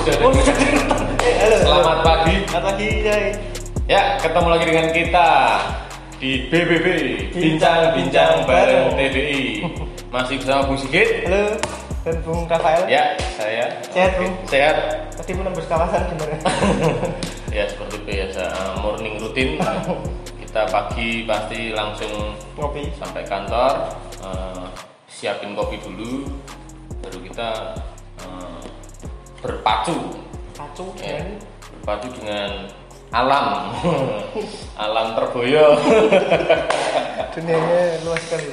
Halo. Selamat pagi. Selamat pagi, Jai. Ya, ketemu lagi dengan kita di BBB Bincang-Bincang bareng TDI. Masih bersama Bung Sigit. Halo. Dan Bung Rafael. Ya, saya. Sehat, Bung? Sehat. Tadi menembus kawasan gimana? Ya, seperti biasa, morning rutin. Kita pagi pasti langsung Ngopi. sampai kantor, siapin kopi dulu, baru kita berpacu ya, berpacu dengan alam. Alam Terboyo. Dunianya luas sekali.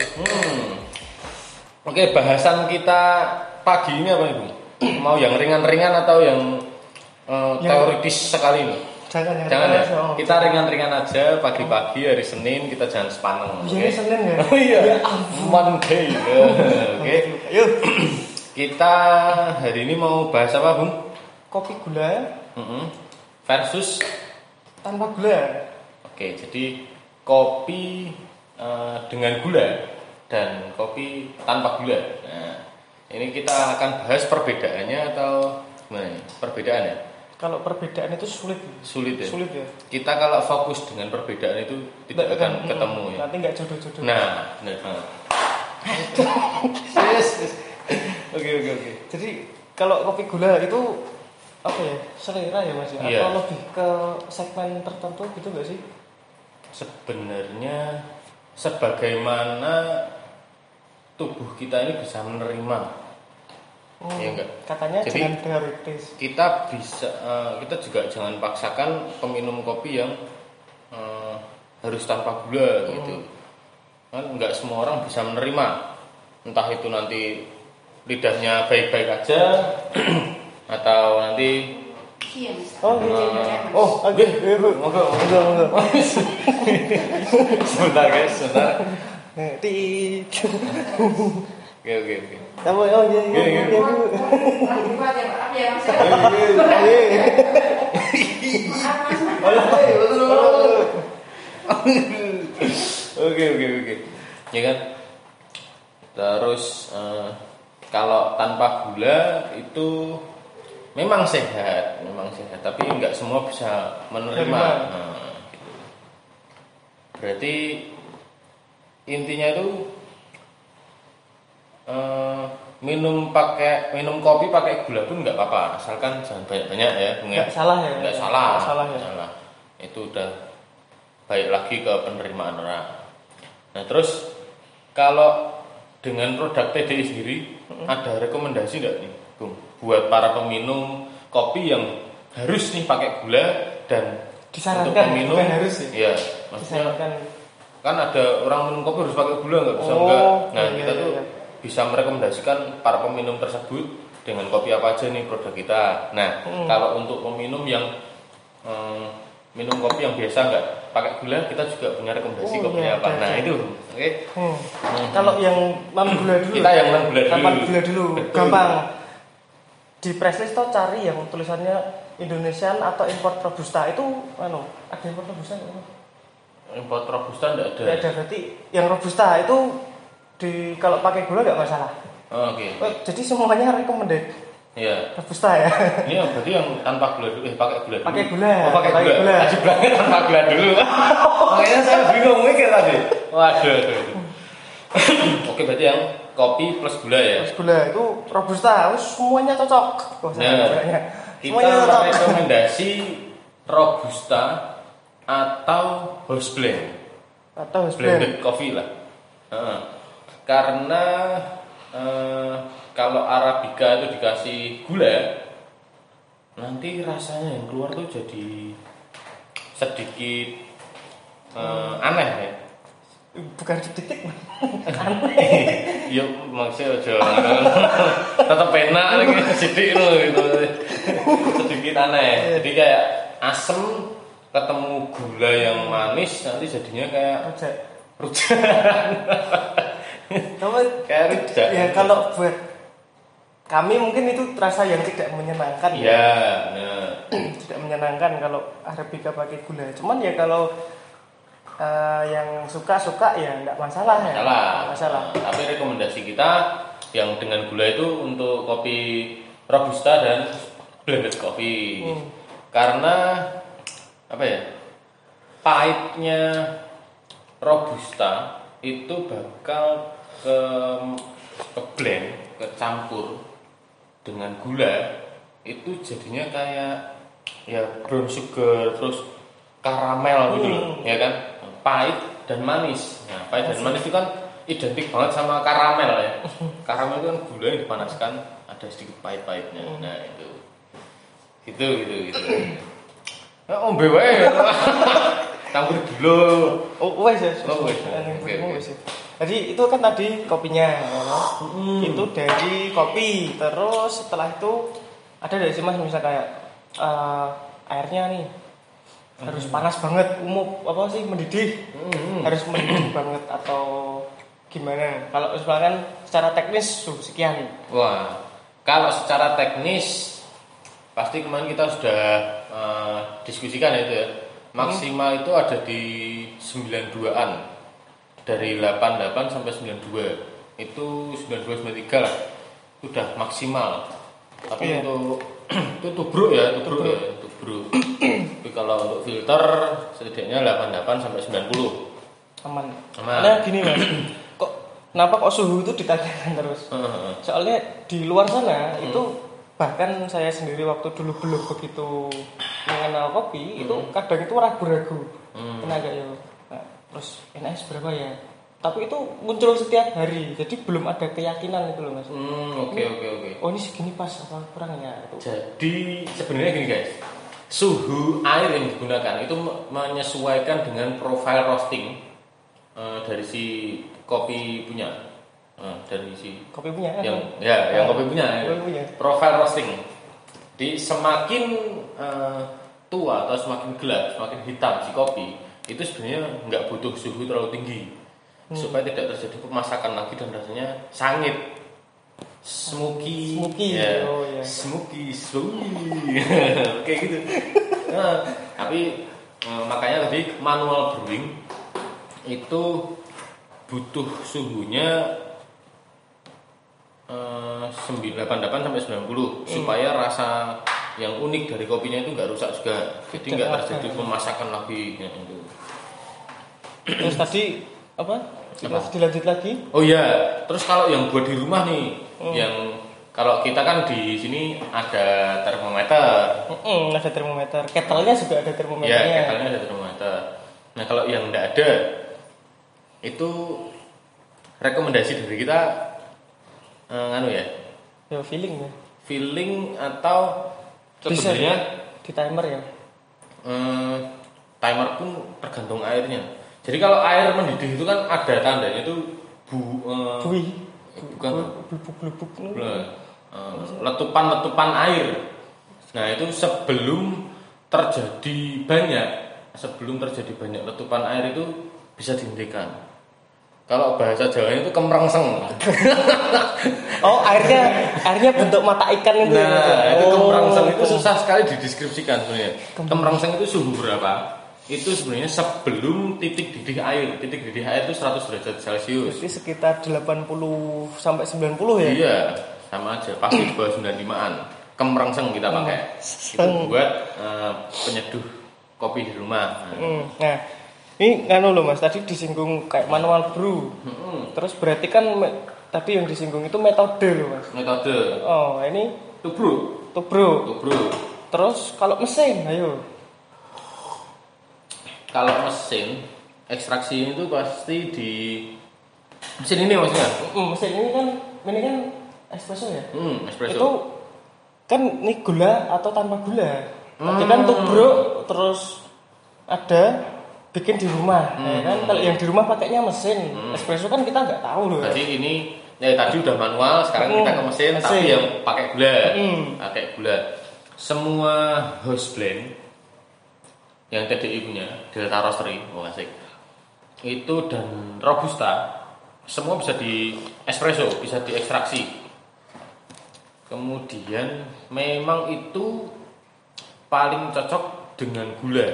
Oke, bahasan kita pagi ini apa nih, Bung? Mau yang ringan-ringan atau yang teoritis sekali nih? Jangan ya. Kita ringan-ringan aja pagi-pagi hari Senin, kita jangan sepaneng. Ini Senin ya? Oh iya. Monday. Oke. Yuk. Kita hari ini mau bahas apa, Bung? Kopi gula Versus tanpa gula. Oke, jadi kopi dengan gula dan kopi tanpa gula. Nah, ini kita akan bahas perbedaannya atau gimana? Perbedaan ya? Kalau perbedaan itu sulit ya. Sulit ya. Kita kalau fokus dengan perbedaan itu tidak akan ketemu ya. Nanti nggak jodoh-jodoh. Nah, benar banget. Oke. Jadi kalau kopi gula itu apa ya? Selera ya Mas ya? Iya. Atau lebih ke segmen tertentu gitu nggak sih? Sebenarnya sebagaimana tubuh kita ini bisa menerima. Ya enggak. Katanya jadi, jangan teoritis. Kita bisa kita juga jangan paksakan peminum kopi yang harus tanpa gula gitu. Kan enggak semua orang bisa menerima. Entah itu nanti lidahnya baik-baik aja atau nanti monggo. Sebentar guys, sebentar. Oke. Kamu iya. Oke. Ya kan? Terus kalau tanpa gula itu memang sehat, tapi nggak semua bisa menerima. Nah, gitu. Berarti intinya itu minum kopi pakai gula pun nggak apa-apa, asalkan jangan banyak-banyak ya, Bung. Nggak salah ya? Nggak salah. Ya? Itu udah baik lagi ke penerimaan orang. Nah terus kalau dengan produk TDI sendiri ada rekomendasi nggak nih, Bung, buat para peminum kopi yang harus nih pakai gula dan disarankan untuk peminum harus ya? Iya, maksudnya kan ada orang minum kopi harus pakai gula nggak bisa enggak. Nah kita tuh bisa merekomendasikan para peminum tersebut dengan kopi apa aja nih produk kita. Nah kalau untuk peminum yang minum kopi yang biasa nggak pakai gula, kita juga punya rekomendasi kopinya apa. Nah itu, oke. Kalau yang non gula dulu. Kita yang non gula dulu. Tanpa gula dulu. Betul. Gampang. Di presslist tuh cari yang tulisannya Indonesian atau import robusta itu, ada import robusta nggak? Import robusta nggak ada. Nggak ada, berarti yang robusta itu kalau pakai gula nggak masalah. Oke. Jadi semuanya recommended. Iya. Robusta ya. Ini berarti yang tanpa gula dulu, pakai gula dulu. Pakai gula. Oh, pakai gula. Tadi bilangnya tanpa gula dulu. Makanya saya bingung mikir tadi. Waduh. Oke, berarti yang kopi plus gula ya. Plus gula itu robusta, semuanya cocok. Kita rekomendasi robusta atau house blend. Blended coffee lah. Karena kalau Arabica itu dikasih gula, nanti rasanya yang keluar tuh jadi sedikit aneh ya. Bukan sedikit, aneh. Ya maksudnya tetap enak lagi sedikit gitu. Sedikit aneh. Jadi kayak asem ketemu gula yang manis, nanti jadinya kayak rujak. Kayak rujak. Ya kalau buat kami mungkin itu rasa yang tidak menyenangkan. Tidak menyenangkan kalau Arabica pakai gula. Cuman ya kalau yang suka ya nggak masalah ya. Masalah. Tapi rekomendasi kita yang dengan gula itu untuk kopi robusta dan blended coffee. Karena apa ya? Pahitnya robusta itu bakal ke blend, kecampur dengan gula, itu jadinya kayak ya brown sugar terus karamel gitu loh, ya kan? Pahit dan manis. Nah, pahit dan manis itu kan identik banget sama karamel ya. Karamel itu kan gula yang dipanaskan, ada sedikit pahit-pahitnya. Nah, itu. Gitu. Ya, ombe wae. Campur dulu. Oh, wes ya. Wes. Jadi itu kan tadi kopinya, ya. Itu dari kopi. Terus setelah itu ada dari sih Mas misal kayak airnya nih harus panas banget, apa sih mendidih. Harus mendidih banget atau gimana? Kalau misalkan secara teknis sekian. Wah, kalau secara teknis pasti kemarin kita sudah diskusikan itu ya. Maksimal itu ada di 92-an. Dari 88 sampai 92. Itu 92 93 lah. Sudah maksimal. Tapi untuk itu tubruk ya. Tapi kalau untuk filter setidaknya 88 sampai 90. Aman. Karena gini Mas. Kenapa kok suhu itu ditanyakan terus? Soalnya di luar sana itu bahkan saya sendiri waktu dulu belum begitu mengenal kopi itu kadang itu ragu-ragu. Tenaga ya. Nah, terus NS berapa ya? Tapi itu muncul setiap hari. Jadi belum ada keyakinan itu loh Mas. Oke. Oh ini segini pas apa kurang ya? Itu. Jadi sebenarnya gini guys. Suhu air yang digunakan itu menyesuaikan dengan profile roasting dari si kopi punya. Dari si kopi punya yang kopi punya. Profile roasting. Di semakin tua atau semakin gelap, semakin hitam si kopi, itu sebenarnya nggak butuh suhu terlalu tinggi supaya tidak terjadi pemasakan lagi dan rasanya sangit, smoky. Smoky, kayak gitu. Tapi makanya tadi manual brewing itu butuh suhunya 88 sampai 90 supaya rasa yang unik dari kopinya itu nggak rusak juga, jadi nggak terjadi pemasakan lagi ya, itu. Terus tadi apa? Dilanjut lagi? Oh iya, terus kalau yang buat di rumah nih, yang kalau kita kan di sini ada termometer. Ada termometer. Ketelnya juga ada termometernya. Iya, ketelnya ada termometer. Nah kalau yang nggak ada, itu rekomendasi dari kita ya feeling atau sebenarnya di timer ya. Timer pun tergantung airnya. Jadi kalau air mendidih itu kan ada tandanya itu buih, bukan blubuk letupan air. Nah itu sebelum terjadi banyak letupan air itu bisa dihentikan. Kalau bahasa Jawanya itu kemrengseng. Oh, airnya bentuk mata ikan itu. Nah, itu kemrengseng itu susah sekali dideskripsikan sebenarnya. Kemrengseng itu suhu berapa? Itu sebenarnya sebelum titik didih air. Titik didih air itu 100 derajat Celcius. Jadi sekitar 80 sampai 90 ya? Iya, sama aja. Pasti di bawah 95-an. Kemrengseng kita pakai. Itu buat penyeduh kopi di rumah. Nah, ini loh Mas, tadi disinggung kayak manual brew. Terus berarti kan tadi yang disinggung itu metode loh Mas. Metode. Oh, ini tubruk. Terus kalau mesin, ayo. Kalau mesin ekstraksi itu pasti di mesin ini maksudnya. Mesin ini kan espresso ya. Espresso. Itu kan ini gula atau tanpa gula. Tadi kan tubruk terus ada bikin di rumah, ya kan? Kalau yang di rumah pakainya mesin, espresso kan kita nggak tahu loh. Jadi ini tadi udah manual, sekarang kita ke mesin. Tapi yang pakai gula. Semua house blend yang TDI punya, Delta Roastery, asik. Itu dan Robusta, semua bisa di espresso, bisa diekstraksi. Kemudian memang itu paling cocok dengan gula.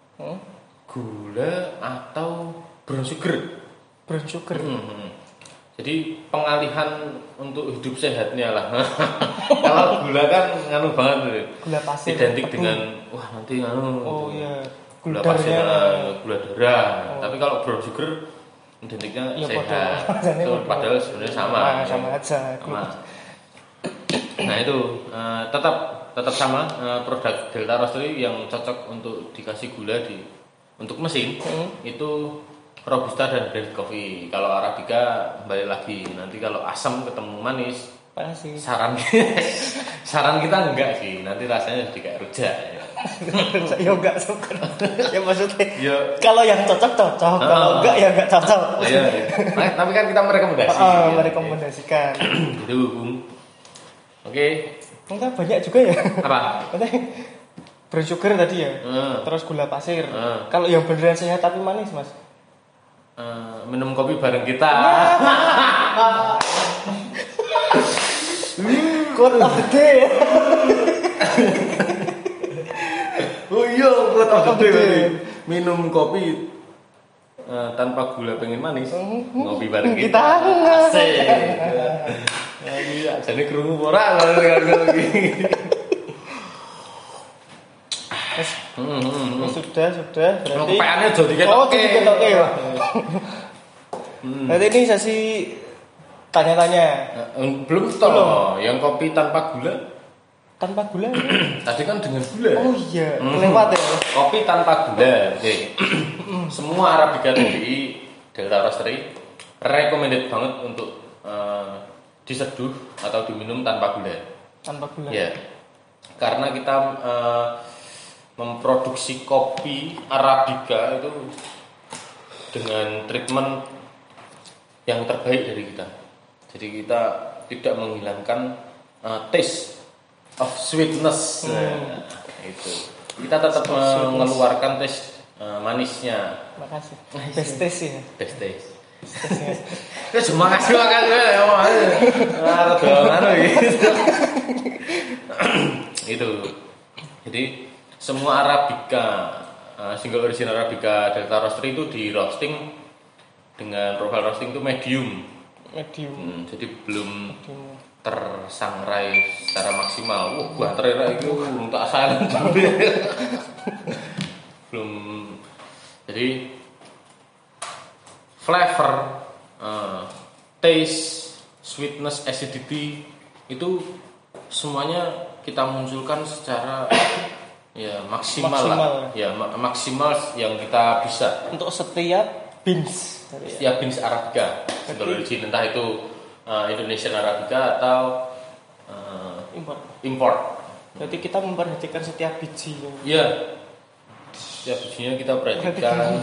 Gula atau brown sugar. Jadi pengalihan untuk hidup sehatnya lah. Kalau gula kan nganu banget, gula pasir identik dengan wah nanti nganu. Oh iya. Gula pasir, gula darah. Tapi kalau brown sugar identiknya ya, sehat. Padahal sebenarnya sama aja. Nah itu tetap sama produk Delta Roastery yang cocok untuk dikasih gula untuk mesin itu Robusta dan blend coffee. Kalau Arabica balik lagi nanti kalau asam ketemu manis saran kita enggak sih, nanti rasanya jadi kayak rujak ya. Ya enggak suka. Ya maksudnya ya, kalau yang cocok kalau enggak ya enggak cocok. Iya. Nah, tapi kan kita merekomendasi. Merekomendasikan. Gitu, Bung. Oke. Enggak banyak juga ya. Apa? Brown sugar tadi ya. Terus gula pasir. Kalau yang beneran sehat tapi manis, Mas. Minum kopi bareng kita. Quote of the day. Oh iya, quote of the day. Minum kopi tanpa gula pengen manis. Ngopi bareng kita. Asik. Iya, jadi krungu ora dengan iki. Sudah berarti kepeannya aja diketoke. Ya. Berarti ini sesi tanya-tanya. Belum toh, yang kopi tanpa gula. Tanpa gula ini? Tadi kan dengan gula. Oh iya, kelewat ya. Kopi tanpa gula. Oke. Semua Arabica dari Delta Roastery recommended banget untuk diseduh atau diminum tanpa gula. Tanpa gula. Ya. Karena kita memproduksi kopi Arabica itu dengan treatment yang terbaik dari kita. Jadi kita tidak menghilangkan taste of sweetness. Itu. Kita tetap mengeluarkan taste manisnya. Makasih. Best taste ya. Best taste. Terus makasih ya. Itu. Jadi semua Arabica, single origin Arabica Delta Roastery itu di roasting dengan profile roasting itu medium. Jadi belum tersangrai secara maksimal. Buah terera itu tak salah. Belum. Jadi flavor, taste, sweetness, acidity itu semuanya kita munculkan secara ya maksimal. Ya maksimal yang kita bisa untuk setiap beans Arabica single origin, entah itu Indonesian Arabica atau import. Berarti kita memperhatikan setiap biji. Iya, setiap bijinya kita perhatikan.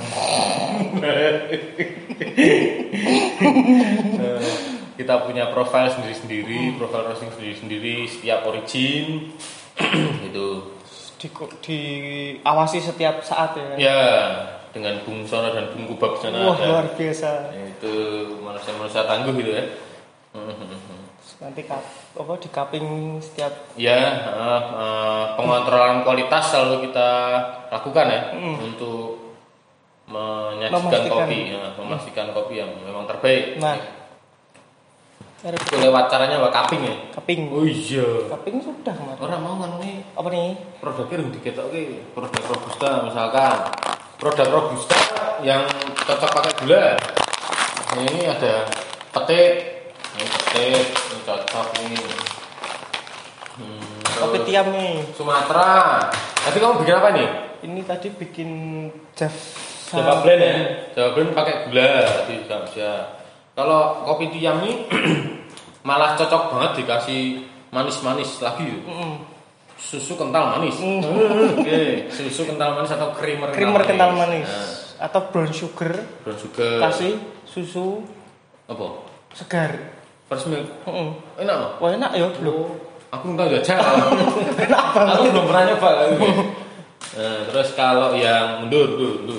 Kita punya profile sendiri-sendiri, profile roasting sendiri-sendiri setiap origin. Itu diawasi setiap saat ya. Ya, dengan Bung Sono dan Bung Kubab sana. Wah, luar biasa. Itu manusia-manusia tangguh gitu ya. Nanti di cupping setiap. Ya, pengontrolan kualitas selalu kita lakukan ya untuk memastikan kopi yang memang terbaik. Nah, itu lewat caranya cupping ya. Cupping. Oh iya. Cupping sudah kemarin. Orang mau kan nih. Apa nih? Produknya yang diketoke produk Robusta misalkan. Produk Robusta yang cocok pakai gula. Ini ada petit. Ini cocok ini. Kopi tiam nih. Sumatera. Tadi kamu bikin apa nih? Ini tadi bikin Java blend ya. Java blend pakai gula bisa. Kalau kopi tiam nih malah cocok banget dikasih manis-manis lagi. Susu kental manis. Oke, susu kental manis atau creamer kental manis. Nah. Atau brown sugar. Kasih susu apa? Segar. Fresh milk. Enak. Wah, enak ya, belum. Aku enggak jajal. Enak banget. Aku belum pernah nyoba lagi. Nah, terus kalau yang mundur.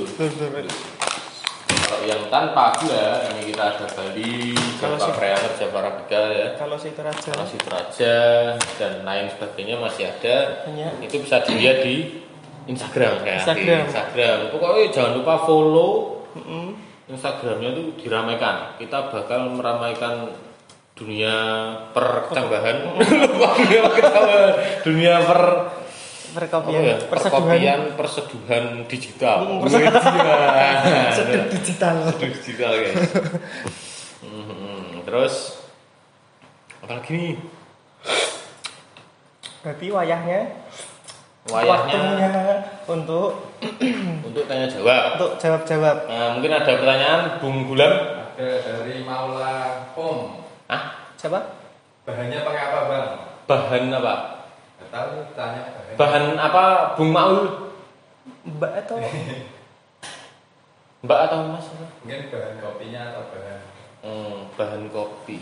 Kalau yang tanpa gula, ini kita ada Bali, Java Preanger, Java Arabica ya. Kalau Sitraja dan lain sebagainya masih ada. Itu bisa dilihat di Instagram. Pokoknya jangan lupa follow Instagramnya tuh diramaikan. Kita bakal meramaikan dunia percambahan. dunia perseduhan digital. Seduh digital guys. Terus apa lagi nih? Berarti wayahnya untuk tanya jawab. Untuk jawab. Nah, mungkin ada pertanyaan Bung Gulam? Ada dari Maula Om. Siapa? Bahannya pakai apa, Bang? Bahan apa? Enggak tahu, tanya bahan apa, Bung Maul? Mbak atau Mas? Mungkin bahan kopinya atau bahan. Bahan kopi.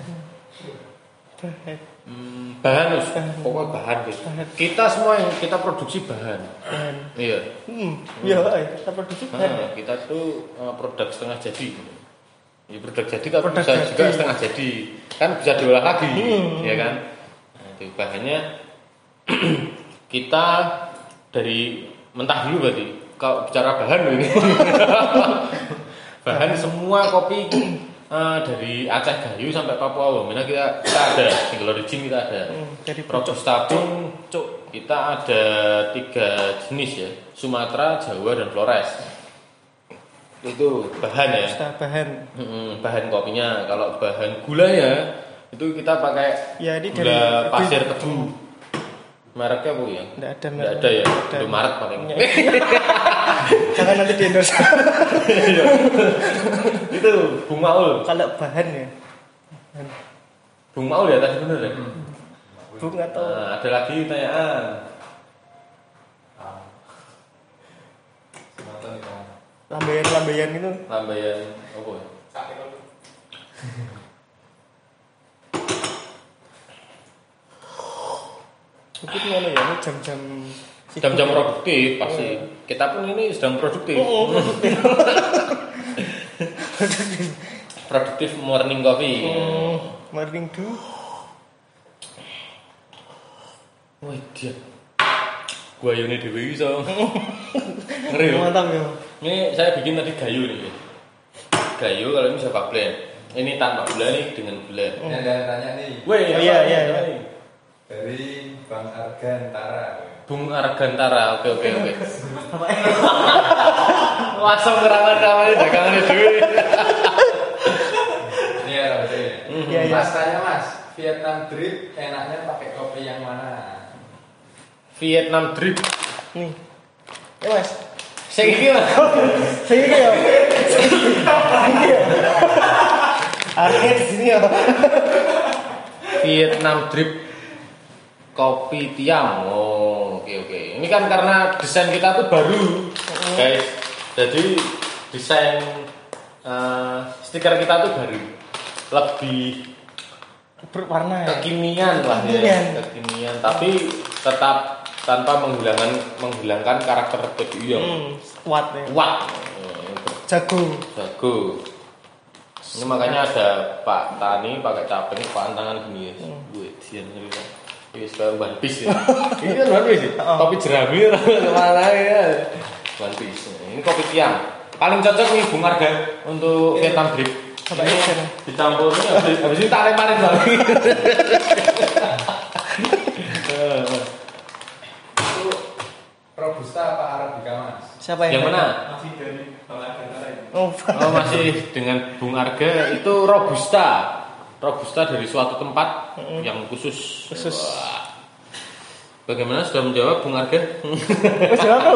Bahan pokoknya bahan gitu. Kita semua yang kita produksi bahan. Iya. Kita produksi bahan. Kita tuh produk setengah jadi. Ya produk jadi tapi bisa juga setengah jadi. Kan bisa diolah lagi, ya kan? Nah, itu bahannya kita dari mentah dulu berarti. Kalau bicara bahan ini. Bahan semua kopi dari Aceh Gayo sampai Papua Wamena kita ada, Single Origin kita ada. Dari Robusta pun kita ada 3 jenis ya, Sumatera, Jawa dan Flores. Itu bahan ya. Bahan kopinya. Kalau bahan gulanya itu kita pakai gula pasir tebu. Mereknya apa ya? Enggak ada ya. Itu Maret paling. Jangan nanti di endorse. Itu Bung Maul. Kalau bahan ya. Bung Maul ya tadi bener ya? Bung atau ada lagi pertanyaan. Lambaian itu. Lambaian apa ya? Mungkin ngono ya, ini jam-jam produktif pasti. Kita pun ini sedang produktif. Produktif morning coffee. Morning dew. Wah, dia. Gua yone dhewe iso. Ngeri. Mantap ya. Ini saya bikin tadi gayo nih. Gayo kalau ini siapa blend. Ini tanpa gula nih dengan gula. Ini ada yang tanya nih. Iya. Dari Bang Argantara. Bung Argantara, oke. Langsung kerangan-kerangan dagangan dhewe. Ini ya, Iya. Mas tanya Mas, Vietnam drip enaknya pakai kopi yang mana? Vietnam drip. Nih. Ya Mas. Sing iki Mas. Sing iki ya. Artinya di sini ya. Vietnam drip kopi tiam. Oh, oke. Ini kan karena desain kita tuh baru, guys. Jadi desain stiker kita tuh baru, lebih berwarna kekinian lah ya. Kekinian, tapi tetap tanpa menghilangkan karakter PDI yang kuat ya. Jago. Ini makanya ada Pak Tani pakai caping pakai tangan gini ya. Wih, dia ngeri. Ini sekarang One Piece ya. Ini kan One Piece ya. Kopi jerami mana ya. One Piece. Ini kopi tiang. Paling cocok nih Bung Arga untuk Vietnam drip. Coba ini dicampur ini habis ini tak lemparin lagi. Itu Robusta apa Arabica Mas? Siapa yang mana? Masih dari Bang Argantara ini. Oh, masih dengan Bung Arga itu Robusta. Robusta dari suatu tempat yang khusus. Wah. Bagaimana sudah menjawab Bung Arga? Jawab.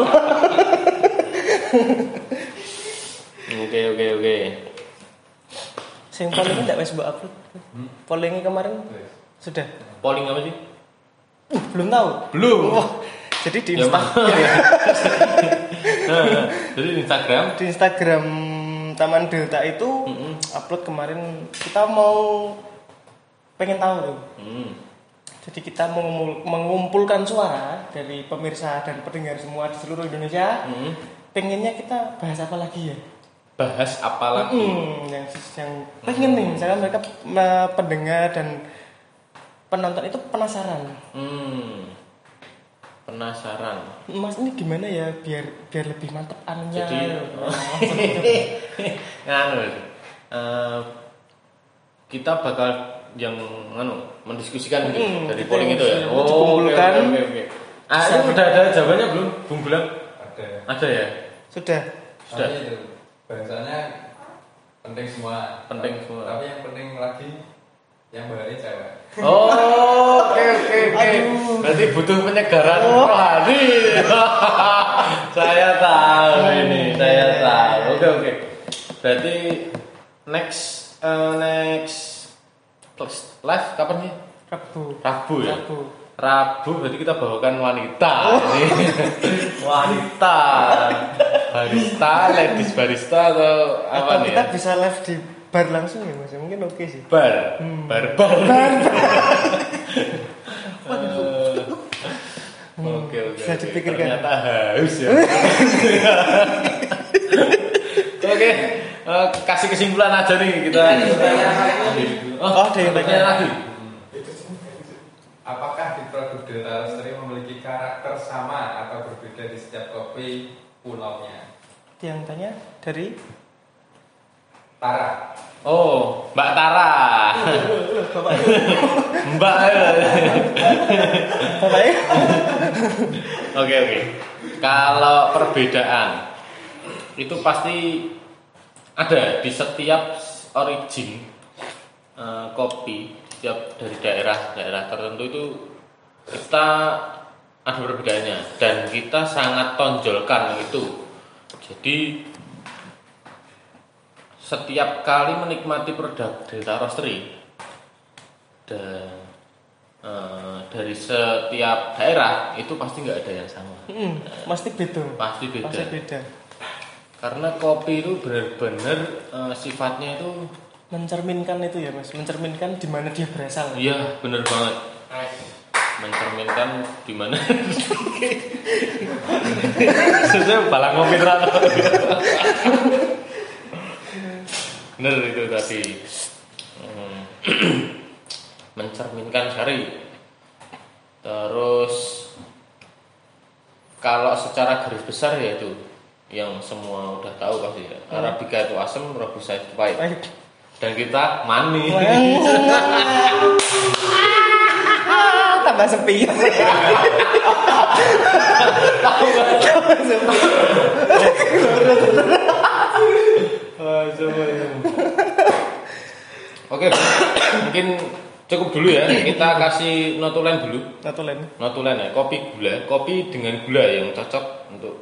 Oke. Sing polling enggak wis mbok upload. Polling kemarin sudah. Polling apa sih? Belum tahu. Belum. Jadi di Instagram. Jadi di Instagram Taman Delta itu upload kemarin, kita pengen tahu tuh. Jadi kita mengumpulkan suara dari pemirsa dan pendengar semua di seluruh Indonesia. Pengennya kita bahas apa lagi ya? Bahas apa lagi? Yang pengen nih, misalnya mereka pendengar dan penonton itu penasaran. Penasaran. Mas ini gimana ya biar lebih mantap anunya. Jadi kita bakal yang mendiskusikan gitu dari polling itu ya. Kumpulkan. Oke. Itu udah ada jawabannya belum, Bung Bulan? Ada ya? Sudah. Tapi itu bahasanya penting semua. Tapi yang penting lagi yang bawain cewek. Oke. Berarti butuh penyegaran rohani. Saya tahu ini, saya tahu. Oke. Berarti next live kapan sih? Rabu ya. Rabu berarti kita bawakan wanita. Wanita. Barista, ladies barista atau apa nih? Kita bisa live di bar langsung ya Mas, mungkin oke sih. Bar. Oke. Bisa dipikirkan. Ternyata haus ya. Oke, kasih kesimpulan aja nih kita. Ada yang tanya lagi. Apakah di produk Delta Roastery memiliki karakter sama atau berbeda di setiap kopi pulaunya? Yang tanya dari Tara. Oh, Mbak Tara. Mbak. Oke. Kalau perbedaan itu pasti ada di setiap origin kopi, setiap dari daerah tertentu itu kita ada perbedaannya dan kita sangat tonjolkan itu. Jadi setiap kali menikmati produk Delta Roastery dan dari setiap daerah itu pasti nggak ada yang sama. Pasti beda. Pasti beda. Karena kopi itu benar-benar sifatnya itu mencerminkan itu ya Mas, mencerminkan di mana dia berasal. Iya, benar banget. Mencerminkan di mana. Sebenarnya balang kopi terang. Bener itu tadi. Mencerminkan sari. Terus kalau secara garis besar ya itu yang semua udah tahu pasti ya. Arabica itu asam, Robusta itu pahit. Dan kita manis. Tambah sepi. Oke, mungkin cukup dulu ya. Kita kasih notulen dulu. Notulen ya. Kopi dengan gula yang cocok untuk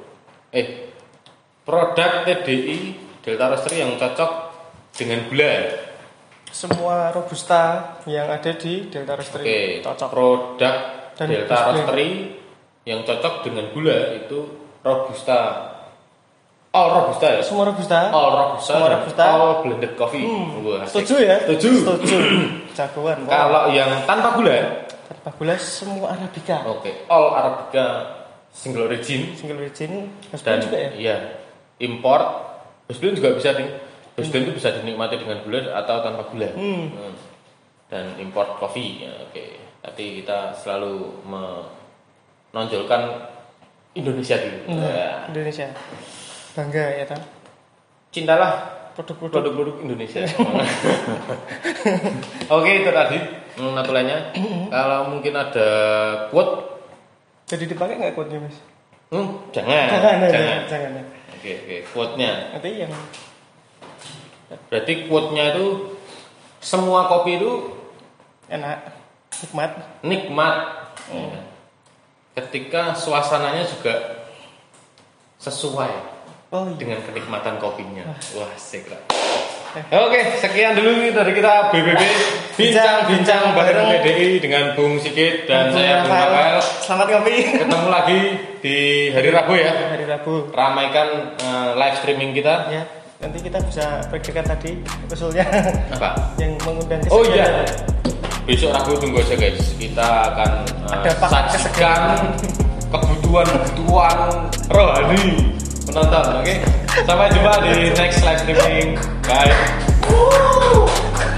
produk TDI Delta Roastery yang cocok dengan gula. Semua Robusta yang ada di Delta Roastery cocok. Produk dan Delta Roastery yang cocok dengan gula itu Robusta. All Robusta ya? Semua Robusta. All blended coffee. Setuju ya? Setuju. Jagoan. Kalau yang tanpa gula semua Arabica. All Arabica single origin. Dan juga ya? Iya. Import. Husblend juga bisa nih. Husblend itu bisa dinikmati dengan gula atau tanpa gula. Dan import coffee. Tapi kita selalu menonjolkan Indonesia dulu. Indonesia. Bangga ya kan? Cintalah produk-produk Indonesia. Oke, itu tadi notulennya. Kalau mungkin ada quote, jadi dipakai nggak quote-nya Mas? Jangan. Oke, quote-nya. Nanti yang berarti quote-nya itu semua kopi itu enak, nikmat. Ketika suasananya juga sesuai dengan kenikmatan kopinya. Wah, asik lah. Oke, sekian dulu dari kita BBB Bincang-bincang bareng PDI dengan Bung Sigit dan saya Bung Rafael. Selamat kopi. Ketemu lagi di hari Rabu ya. Hari Rabu. Ramaikan live streaming kita. Ya, nanti kita bisa praktekkan tadi usulnya. Apa? Yang mengundang kesekian. Oh iya. Besok Rabu tunggu aja guys. Kita akan sajikan kebutuhan rohani penonton. Oke. Sampai jumpa di next live streaming. Bye.